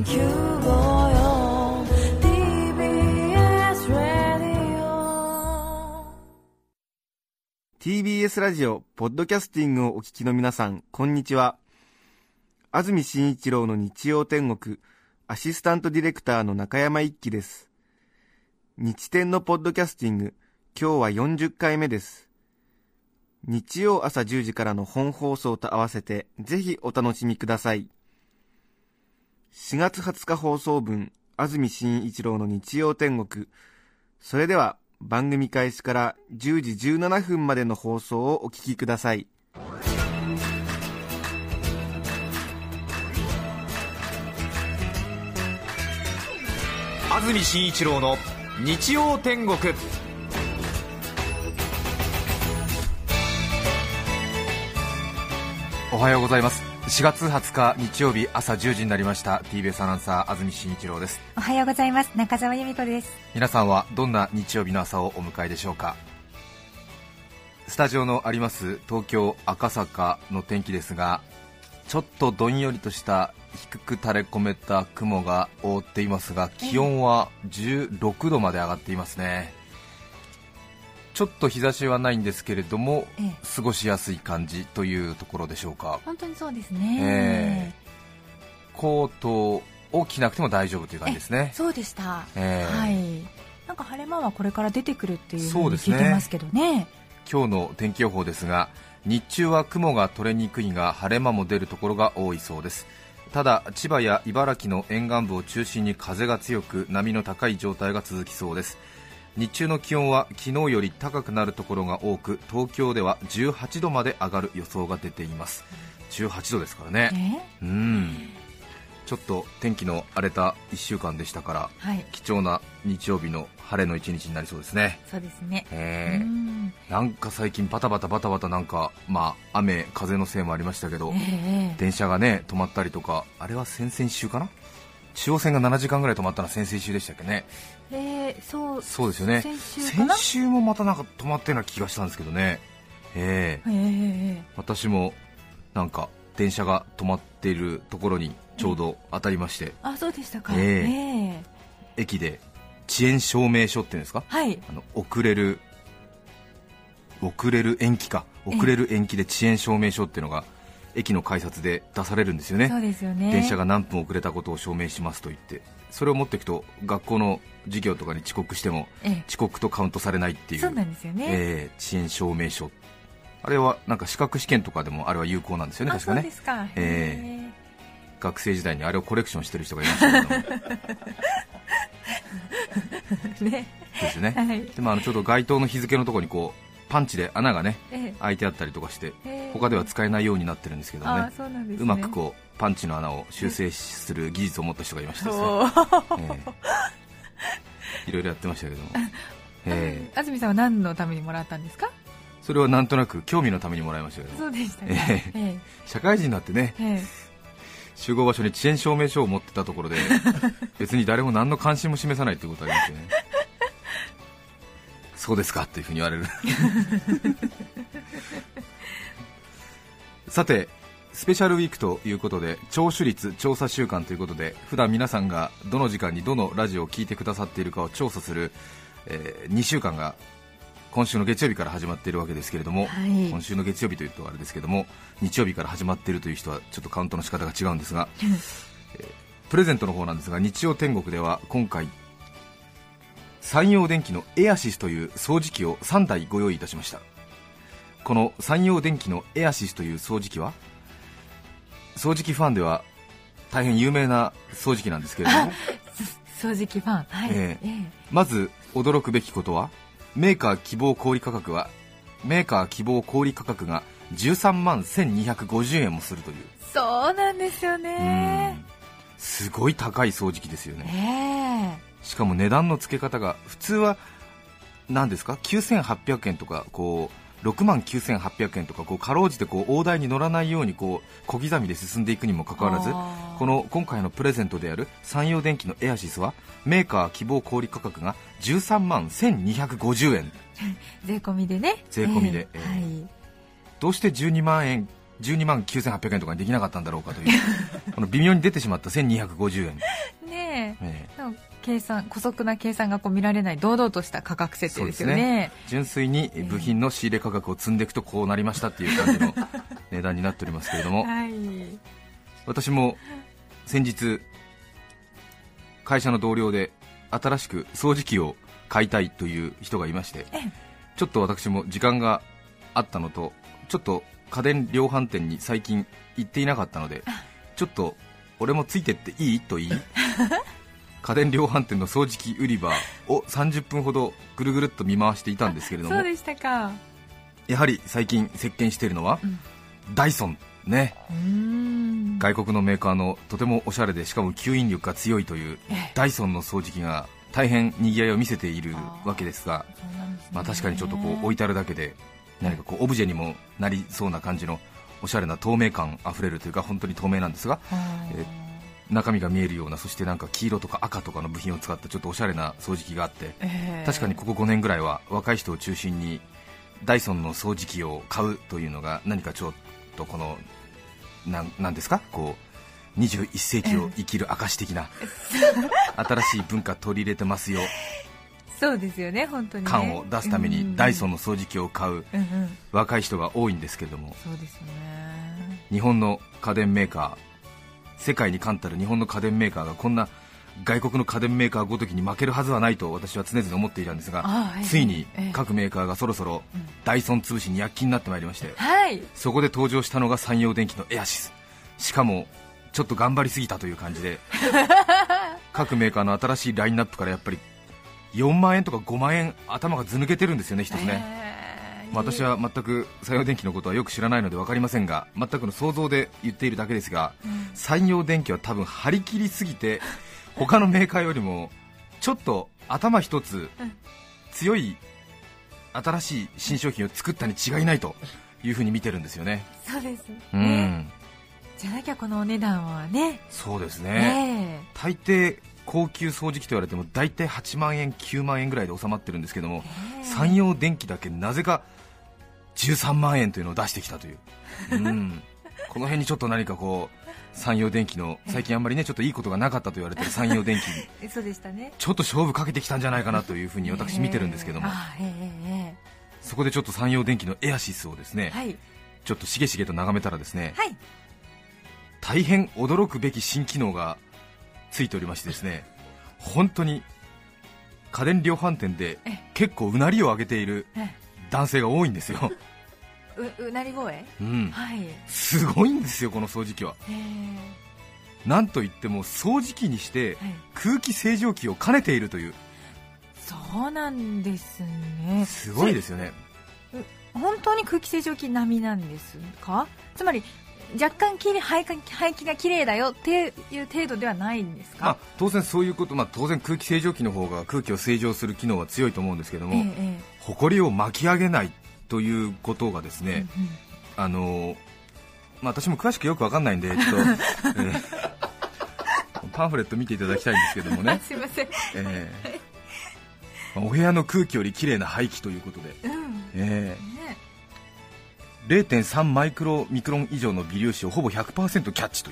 TBS ラジオポッドキャスティングをお聞きの皆さん、こんにちは。安住紳一郎の日曜天国、アシスタントディレクターの中山一輝です。日天のポッドキャスティング、今日は40回目です。日曜朝10時からの本放送と合わせてぜひお楽しみください。4月20日放送分、安住紳一郎の日曜天国。それでは番組開始から10時17分までの放送をお聞きください。 安住紳一郎の日曜天国。おはようございます。4月20日日曜日朝10時になりました。 TBS アナウンサー安住紳一郎です。 おはようございます。中澤由美子です。 皆さんはどんな日曜日の朝をお迎えでしょうか。スタジオのあります東京赤坂の天気ですが、ちょっとどんよりとした低く垂れ込めた雲が覆っていますが、気温は16度まで上がっていますね。ちょっと日差しはないんですけれども、過ごしやすい感じというところでしょうか。 本当にそうですね、 コートを着なくても大丈夫という感じですね。 そうでした、はい、なんか晴れ間はこれから出てくるっていうふうに聞いてますけどね。 今日の天気予報ですが、日中は雲が取れにくいが晴れ間も出るところが多いそうです。ただ千葉や茨城の沿岸部を中心に風が強く、波の高い状態が続きそうです。日中の気温は昨日より高くなるところが多く、東京では18度まで上がる予想が出ています。18度ですからね。ちょっと天気の荒れた1週間でしたから、貴重な日曜日の晴れの一日になりそうですね。 そうですね。 なんか最近バタバタなんか、雨風のせいもありましたけど、電車がね止まったりとか、あれは先々週かな、中央線が7時間ぐらい止まったのは先々週でしたっけね。そうですよね。先週もまたなんか止まったような気がしたんですけどね。私もなんか電車が止まっているところにちょうど当たりまして、 そうでしたか。 駅で遅延証明書っていうんですか、遅れる延期か、遅れる延期で遅延証明書っていうのが駅の改札で出されるんですよね。 そうですよね。 電車が何分遅れたことを証明しますと言って、それを持っていくと学校の授業とかに遅刻しても遅刻とカウントされないっていう。 そうなんですよね。 遅延証明書、あれはなんか資格試験とかでもあれは有効なんですよね、確かね。 そうですか。 学生時代にあれをコレクションしてる人がいましたけどね。ですね。でもちょうど街灯の日付のところにこうパンチで穴がね、開いてあったりとかして、他では使えないようになってるんですけどね。うまくこうパンチの穴を修正する技術を持った人がいましたですね。いろいろやってましたけども。 安住さんは何のためにもらったんですか。 それはなんとなく興味のためにもらいましたけど。 そうでしたね。 社会人になってね、集合場所に遅延証明書を持ってたところで別に誰も何の関心も示さないということがありますよね。そうですかというふうに言われるさて、スペシャルウィークということで、聴取率調査週間ということで、普段皆さんがどの時間にどのラジオを聞いてくださっているかを調査する、2週間が今週の月曜日から始まっているわけですけれども、今週の月曜日というとあれですけども、日曜日から始まっているという人はちょっとカウントの仕方が違うんですがプレゼントの方なんですが、日曜天国では今回山陽電機のエアシスという掃除機を3台ご用意いたしました。この山陽電機のエアシスという掃除機は、掃除機ファンでは大変有名な掃除機なんですけれども掃除機ファン、 まず驚くべきことは、メーカー希望小売価格が13万1250円もするという。 そうなんですよね。 すごい高い掃除機ですよね。しかも値段の付け方が、普通は何ですか、9800円とかこう6万9800円とか、こうかろうじてこう大台に乗らないようにこう小刻みで進んでいくにもかかわらず、この今回のプレゼントである山陽電機のエアシスはメーカー希望小売価格が13万1250円税込みでね。 税込みで、どうして12万円 12万9800円とかにできなかったんだろうかというこの微妙に出てしまった1250円ねえ、計算、姑息な計算がこう見られない堂々とした価格設定ですよ ね。 純粋に部品の仕入れ価格を積んでいくとこうなりましたっていう感じの値段になっておりますけれども、 はい、 私も先日会社の同僚で新しく掃除機を買いたいという人がいまして、ちょっと私も時間があったのと、ちょっと家電量販店に最近行っていなかったので、ちょっと俺もついてっていいと言い家電量販店の掃除機売り場を30分ほどぐるぐるっと見回していたんですけれども、 そうでしたか。 やはり最近席巻しているのは、ダイソンね。外国のメーカーのとてもおしゃれでしかも吸引力が強いというダイソンの掃除機が大変にぎわいを見せているわけですが、確かにちょっとこう置いてあるだけで何かこうオブジェにもなりそうな感じのおしゃれな透明感あふれるというか、本当に透明なんですが、中身が見えるような、そしてなんか黄色とか赤とかの部品を使ったちょっとおしゃれな掃除機があって、確かにここ5年ぐらいは若い人を中心にダイソンの掃除機を買うというのが何かちょっとこのなんですか、こう21世紀を生きる証的な新しい文化取り入れてますよそうですよね、本当にね、 感を出すためにダイソンの掃除機を買う若い人が多いんですけれども、 そうですよね。 日本の家電メーカー、世界に冠たる日本の家電メーカーがこんな外国の家電メーカーごときに負けるはずはないと私は常々思っていたんですが、ついに各メーカーがそろそろダイソン潰しに躍起になってまいりまして、そこで登場したのが三洋電機のエアシス、しかもちょっと頑張りすぎたという感じで各メーカーの新しいラインナップからやっぱり4万円とか5万円頭がず抜けてるんですよね、一つね。私は全く三洋電機のことはよく知らないので分かりませんが、全くの想像で言っているだけですが、三洋電機は多分張り切りすぎて他のメーカーよりもちょっと頭一つ強い新しい新商品を作ったに違いないというふうに見てるんですよね。 そうですね、じゃなきゃこのお値段はね。 そうですね、大抵高級掃除機と言われても大体8万円9万円ぐらいで収まってるんですけども、三洋電機だけなぜか13万円というのを出してきたという、この辺にちょっと何かこう三洋電機の最近あんまりねちょっといいことがなかったと言われている三洋電機そうでしたね、 ちょっと勝負かけてきたんじゃないかなというふうに私見てるんですけども、そこでちょっと三洋電機のエアシスをですね、ちょっとしげしげと眺めたらですね、大変驚くべき新機能がついておりましてですね、本当に家電量販店で結構うなりを上げている男性が多いんですよ。 うなり声、 すごいんですよこの掃除機は。なんといっても掃除機にして空気清浄機を兼ねているという、 そうなんですね。 すごいですよね。 本当に空気清浄機並みなんですか？つまり若干排気が綺麗だよっていう程度ではないんですか？ 当然そういうこと、当然空気清浄機の方が空気を清浄する機能は強いと思うんですけども、埃を巻き上げないということがですね、私も詳しくよく分かんないんでちょっと、パンフレット見ていただきたいんですけどもねすいません、 お部屋の空気より綺麗な排気ということで、0.3 マイクロミクロン以上の微粒子をほぼ 100% キャッチという、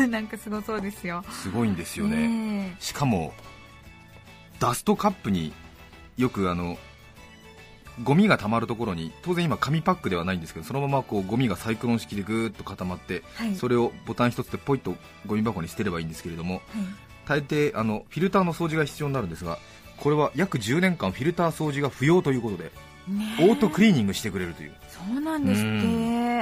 なんかすごそうですよ。 すごいんですよね、しかもダストカップによくゴミが溜まるところに、当然今紙パックではないんですけど、そのままこうゴミがサイクロン式でぐーっと固まって、それをボタン一つでポイッとゴミ箱に捨てればいいんですけれども、大抵フィルターの掃除が必要になるんですが、これは約10年間フィルター掃除が不要ということで、オートクリーニングしてくれるという。 そうなんですって。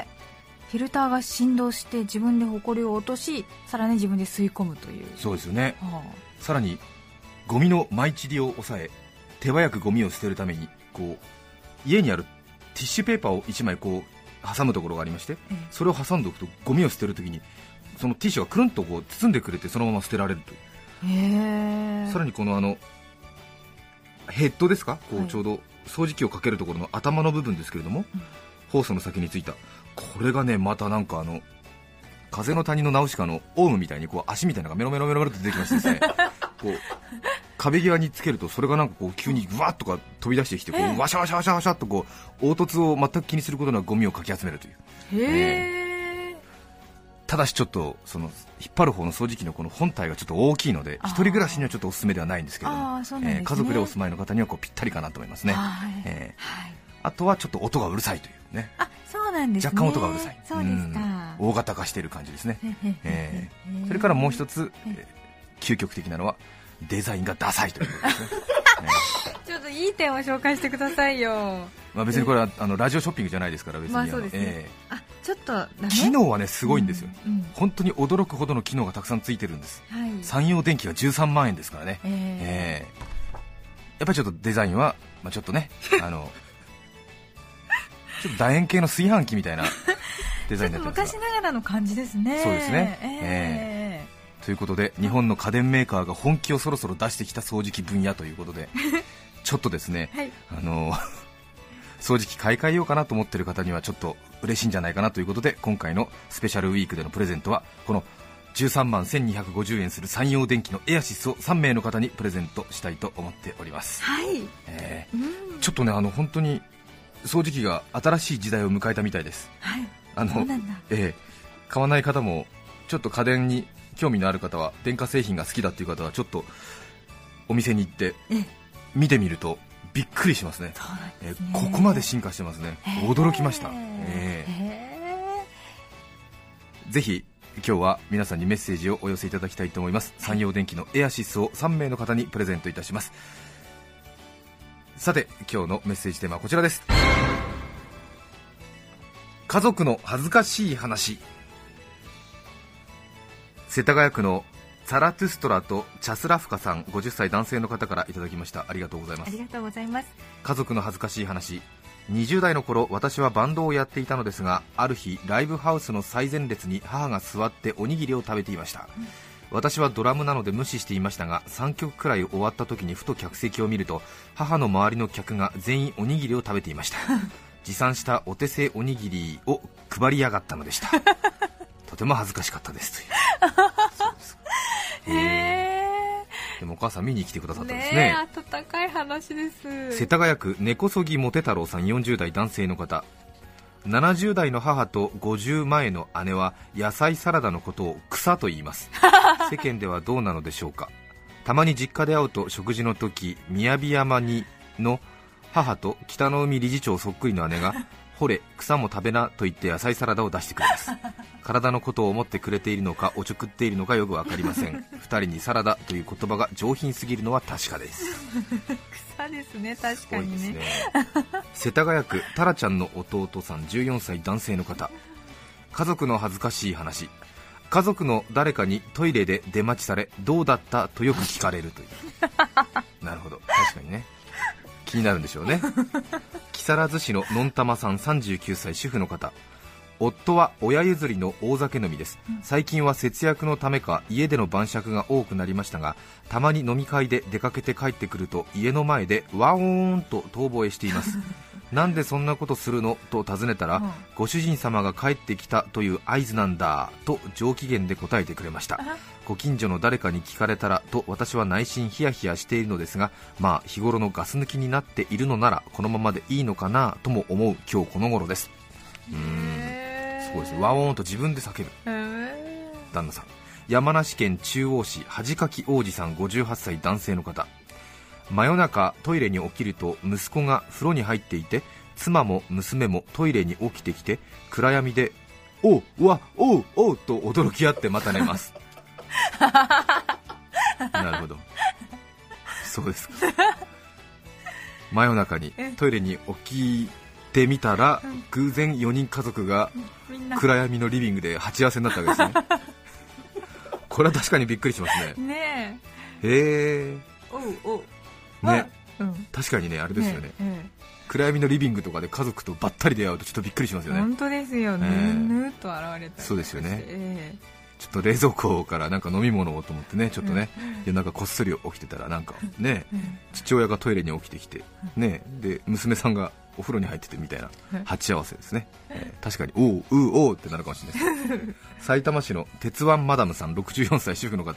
フィルターが振動して自分でホコリを落とし、さらに自分で吸い込むという。 そうですよね、さらにゴミの舞い散りを抑え、手早くゴミを捨てるためにこう家にあるティッシュペーパーを1枚こう挟むところがありまして、それを挟んでおくとゴミを捨てるときにそのティッシュがくるんとこう包んでくれて、そのまま捨てられるという。さらにこのヘッドですか、こうちょうど掃除機をかけるところの頭の部分ですけれども、ホースの先についたこれがね、またなんか風の谷のナウシカのオウムみたいにこう足みたいなのがメロメロメロメロと出てきましてですねこう壁際につけるとそれがなんかこう急にぐわっとか飛び出してきてこうワシャワシャワシャワシャっとこう凹凸を全く気にすることなくゴミをかき集めるという。ただしちょっとその引っ張る方の掃除機のこの本体がちょっと大きいので一人暮らしにはちょっとおすすめではないんですけれども、家族でお住まいの方にはこうぴったりかなと思いますね。あとはちょっと音がうるさいというね。 そうなんですね、 若干音がうるさい。 そうですか。 大型化している感じですね。それからもう一つ、究極的なのはデザインがダサいということですね。 ちょっといい点を紹介してくださいよ。 別にこれはラジオショッピングじゃないですから別に。 そうですね。ちょっとダメ。 機能はねすごいんですよ。本当に驚くほどの機能がたくさんついてるんです。三洋電機が13万円ですからね。やっぱりちょっとデザインは、ちょっとねちょっと楕円形の炊飯器みたいなデザインになってますが、 昔ながらの感じですね。 そうですね。ということで日本の家電メーカーが本気をそろそろ出してきた掃除機分野ということでちょっとですね、掃除機買い替えようかなと思っている方にはちょっと嬉しいんじゃないかなということで、今回のスペシャルウィークでのプレゼントはこの13万1250円する三洋電機のエアシスを3名の方にプレゼントしたいと思っております。ちょっとね本当に掃除機が新しい時代を迎えたみたいです。買わない方もちょっと家電に興味のある方は、電化製品が好きだっていう方はちょっとお店に行って見てみるとびっくりしますね。ここまで進化してますね。驚きました。ぜひ今日は皆さんにメッセージをお寄せいただきたいと思います。三洋電機のエアシスを3名の方にプレゼントいたします。さて今日のメッセージテーマはこちらです。家族の恥ずかしい話。世田谷区のサラトゥストラとチャスラフカさん、50歳男性の方からいただきました。ありがとうございます。 ありがとうございます。 家族の恥ずかしい話。20代の頃、私はバンドをやっていたのですが、ある日ライブハウスの最前列に母が座っておにぎりを食べていました。私はドラムなので無視していましたが、3曲くらい終わった時にふと客席を見ると、母の周りの客が全員おにぎりを食べていました。持参したお手製おにぎりを配りやがったのでした。とても恥ずかしかったですという。そうですか。でもお母さん見に来てくださったんですね。 温かい話です。 世田谷区根こそぎモテ太郎さん、40代男性の方。70代の母と50前の姉は野菜サラダのことを草と言います。世間ではどうなのでしょうか。たまに実家で会うと食事の時、雅山にの母と北の海理事長そっくりの姉がほれ草も食べなと言って野菜サラダを出してくれます。体のことを思ってくれているのかおちょくっているのかよく分かりません。2人にサラダという言葉が上品すぎるのは確かです。 草ですね、確かに ね。 世田谷区タラちゃんの弟さん、14歳男性の方。家族の恥ずかしい話。家族の誰かにトイレで出待ちされどうだったとよく聞かれるという。なるほど、確かにね、気になるんでしょうね。木更津市ののんたまさん、39歳主婦の方。夫は親譲りの大酒飲みです。最近は節約のためか家での晩酌が多くなりましたが、たまに飲み会で出かけて帰ってくると家の前でワオーンと遠吠えしています。なんでそんなことするのと尋ねたら、ご主人様が帰ってきたという合図なんだと上機嫌で答えてくれました。ご近所の誰かに聞かれたらと私は内心ヒヤヒヤしているのですが、まあ日頃のガス抜きになっているのならこのままでいいのかなとも思う今日この頃です。すごいです。ワオーンと自分で叫ぶ旦那さん。山梨県中央市恥かき王子さん、58歳男性の方。真夜中トイレに起きると息子が風呂に入っていて、妻も娘もトイレに起きてきて暗闇でおううわおうおうと驚き合ってまた寝ます。なるほど、そうですか。真夜中にトイレに起きてみたら、偶然4人家族が暗闇のリビングで鉢合わせになったわけですね。これは確かにびっくりしますね。 ねえ。へえ。 おうおう。 ね、確かにね、あれですよね。暗闇のリビングとかで家族とばったり出会うとちょっとびっくりしますよね。 本当ですよね。ぬーっと現れた。 そうですよね。ちょっと冷蔵庫からなんか飲み物をと思ってね、ちょっとね、でなんかこっそり起きてたらなんかね、父親がトイレに起きてきてね、で娘さんがお風呂に入っててみたいな鉢合わせですね。確かにおううおうってなるかもしれないです。埼玉市の鉄腕マダムさん、64歳主婦の方。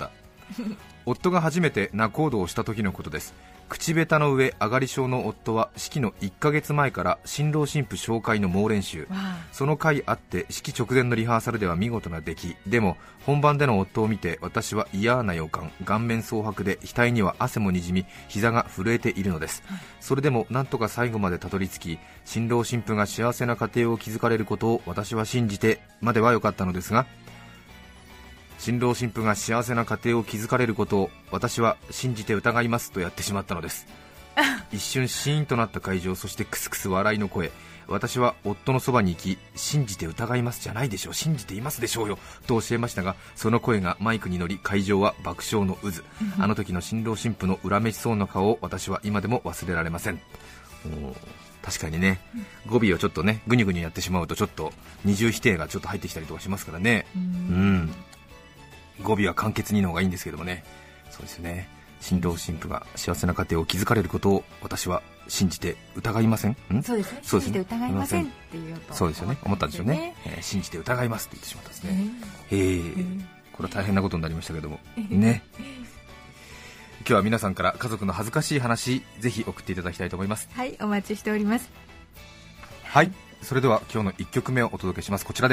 夫が初めて仲人をした時のことです。口下手の上上がり症の夫は式の1ヶ月前から新郎新婦紹介の猛練習。その回あって式直前のリハーサルでは見事な出来でも、本番での夫を見て私は嫌な予感、顔面蒼白で額には汗もにじみ膝が震えているのです。それでもなんとか最後までたどり着き、新郎新婦が幸せな家庭を築かれることを私は信じてまでは良かったのですが、新郎新婦が幸せな家庭を築かれることを私は信じて疑いますとやってしまったのです。一瞬シーンとなった会場、そしてクスクス笑いの声。私は夫のそばに行き、信じて疑いますじゃないでしょう、信じていますでしょうよと教えましたが、その声がマイクに乗り会場は爆笑の渦。あの時の新郎新婦の恨めしそうな顔を私は今でも忘れられません。確かにね、語尾をちょっとねグニュグニュやってしまうとちょっと二重否定がちょっと入ってきたりとかしますからね。語尾は簡潔にの方がいいんですけどもね。そうですね、新郎新婦が幸せな家庭を築かれることを私は信じて疑いません。 そうですね、信じて疑いませんって言うと、 そうですよね、思ったんでしょうね。信じて疑いますって言ってしまったんですね。これは大変なことになりましたけどもね。今日は皆さんから家族の恥ずかしい話、ぜひ送っていただきたいと思います。 はい、お待ちしております。 はい、それでは今日の1曲目をお届けします。こちらです。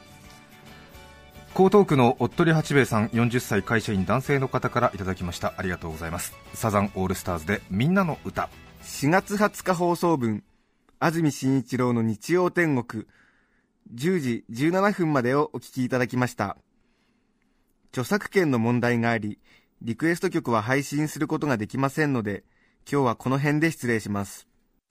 江東区のおっとり八兵衛さん、40歳会社員男性の方からいただきました。ありがとうございます。サザンオールスターズでみんなの歌。 4月20日放送分、安住紳一郎の日曜天国、10時17分までをお聞きいただきました。著作権の問題があり、リクエスト曲は配信することができませんので、今日はこの辺で失礼します。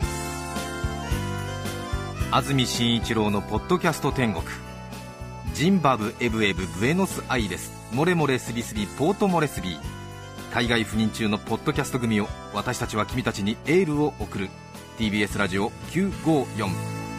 安住紳一郎のポッドキャスト天国。ジンバブエブエブブエノスアイレス、モレモレスビスビポートモレスビー。海外赴任中のポッドキャスト組を、私たちは君たちにエールを送る。 TBS ラジオ954。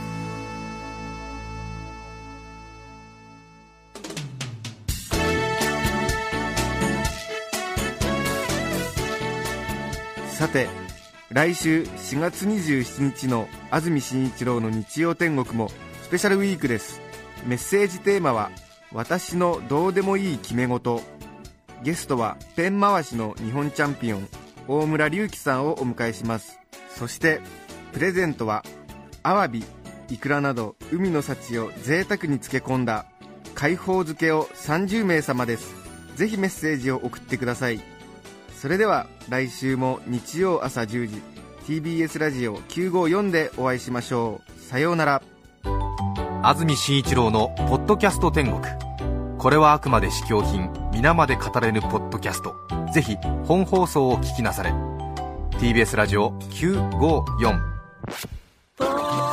さて、来週4月27日の安住紳一郎の日曜天国もスペシャルウィークです。メッセージテーマは私のどうでもいい決め事。ゲストはペン回しの日本チャンピオン大村隆樹さんをお迎えします。そしてプレゼントはアワビ、イクラなど海の幸を贅沢に漬け込んだ海宝漬けを30名様です。ぜひメッセージを送ってください。それでは来週も日曜朝10時 TBS ラジオ954でお会いしましょう。さようなら。 安住紳一郎のポッドキャスト天国。これはあくまで試供品、皆まで語れぬポッドキャスト。ぜひ本放送を聞きなされ。 TBS ラジオ954。